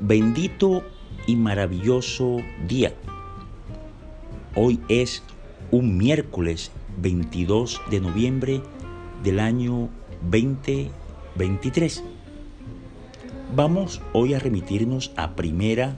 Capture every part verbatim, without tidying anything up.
Bendito y maravilloso día. Hoy es un miércoles veintidós de noviembre del año veinte veintitrés. Vamos hoy a remitirnos a Primera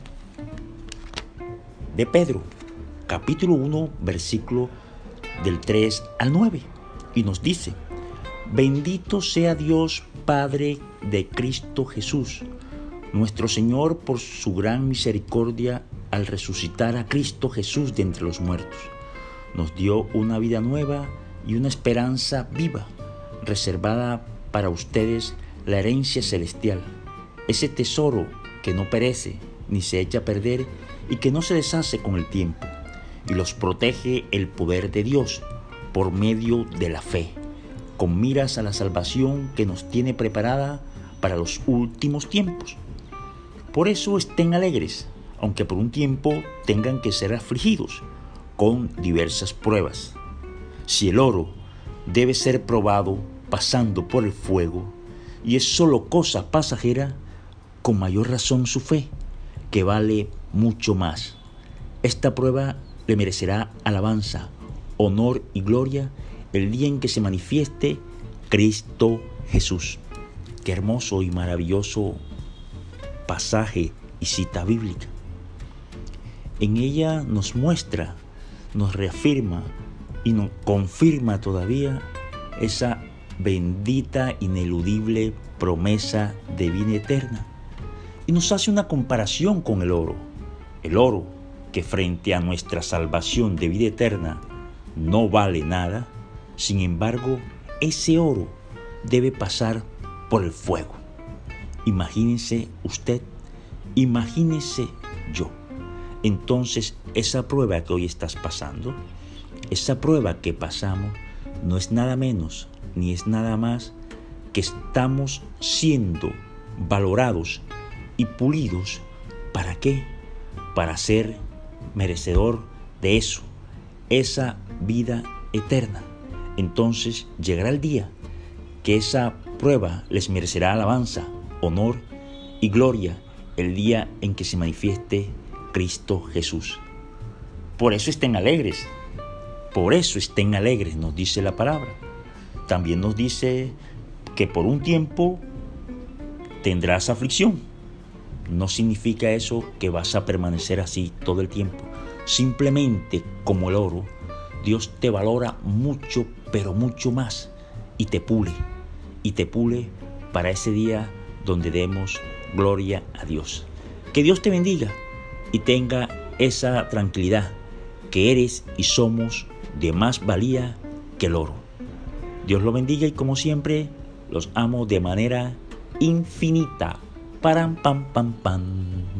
de Pedro, capítulo uno, versículo del tres al nueve, y nos dice: Bendito sea Dios Padre de Cristo Jesús, nuestro Señor, por su gran misericordia al resucitar a Cristo Jesús de entre los muertos. Nos dio una vida nueva y una esperanza viva, reservada para ustedes la herencia celestial, ese tesoro que no perece ni se echa a perder y que no se deshace con el tiempo, y los protege el poder de Dios por medio de la fe, con miras a la salvación que nos tiene preparada para los últimos tiempos. Por eso estén alegres, aunque por un tiempo tengan que ser afligidos con diversas pruebas. Si el oro debe ser probado pasando por el fuego y es solo cosa pasajera, con mayor razón su fe, que vale mucho más. Esta prueba le merecerá alabanza, honor y gloria el día en que se manifieste Cristo Jesús. Qué hermoso y maravilloso pasaje y cita bíblica. En ella nos muestra, nos reafirma y nos confirma todavía esa bendita, ineludible promesa de vida eterna. Y nos hace una comparación con el oro. El oro, que frente a nuestra salvación de vida eterna no vale nada, sin embargo, ese oro debe pasar por el fuego. Imagínese usted, imagínese yo. Entonces, esa prueba que hoy estás pasando, esa prueba que pasamos, no es nada menos ni es nada más que estamos siendo valorados y pulidos. ¿Para qué? Para ser merecedor de eso, esa vida eterna. Entonces llegará el día que esa prueba les merecerá alabanza, honor y gloria, el día en que se manifieste Cristo Jesús. Por eso estén alegres, por eso estén alegres, nos dice la palabra. También nos dice que por un tiempo tendrás aflicción. No significa eso que vas a permanecer así todo el tiempo. Simplemente, como el oro, Dios te valora mucho, pero mucho más, y te pule, y te pule para ese día donde demos gloria a Dios. Que Dios te bendiga y tenga esa tranquilidad, que eres y somos de más valía que el oro. Dios lo bendiga y, como siempre, los amo de manera infinita. Param, pam, pam, pam.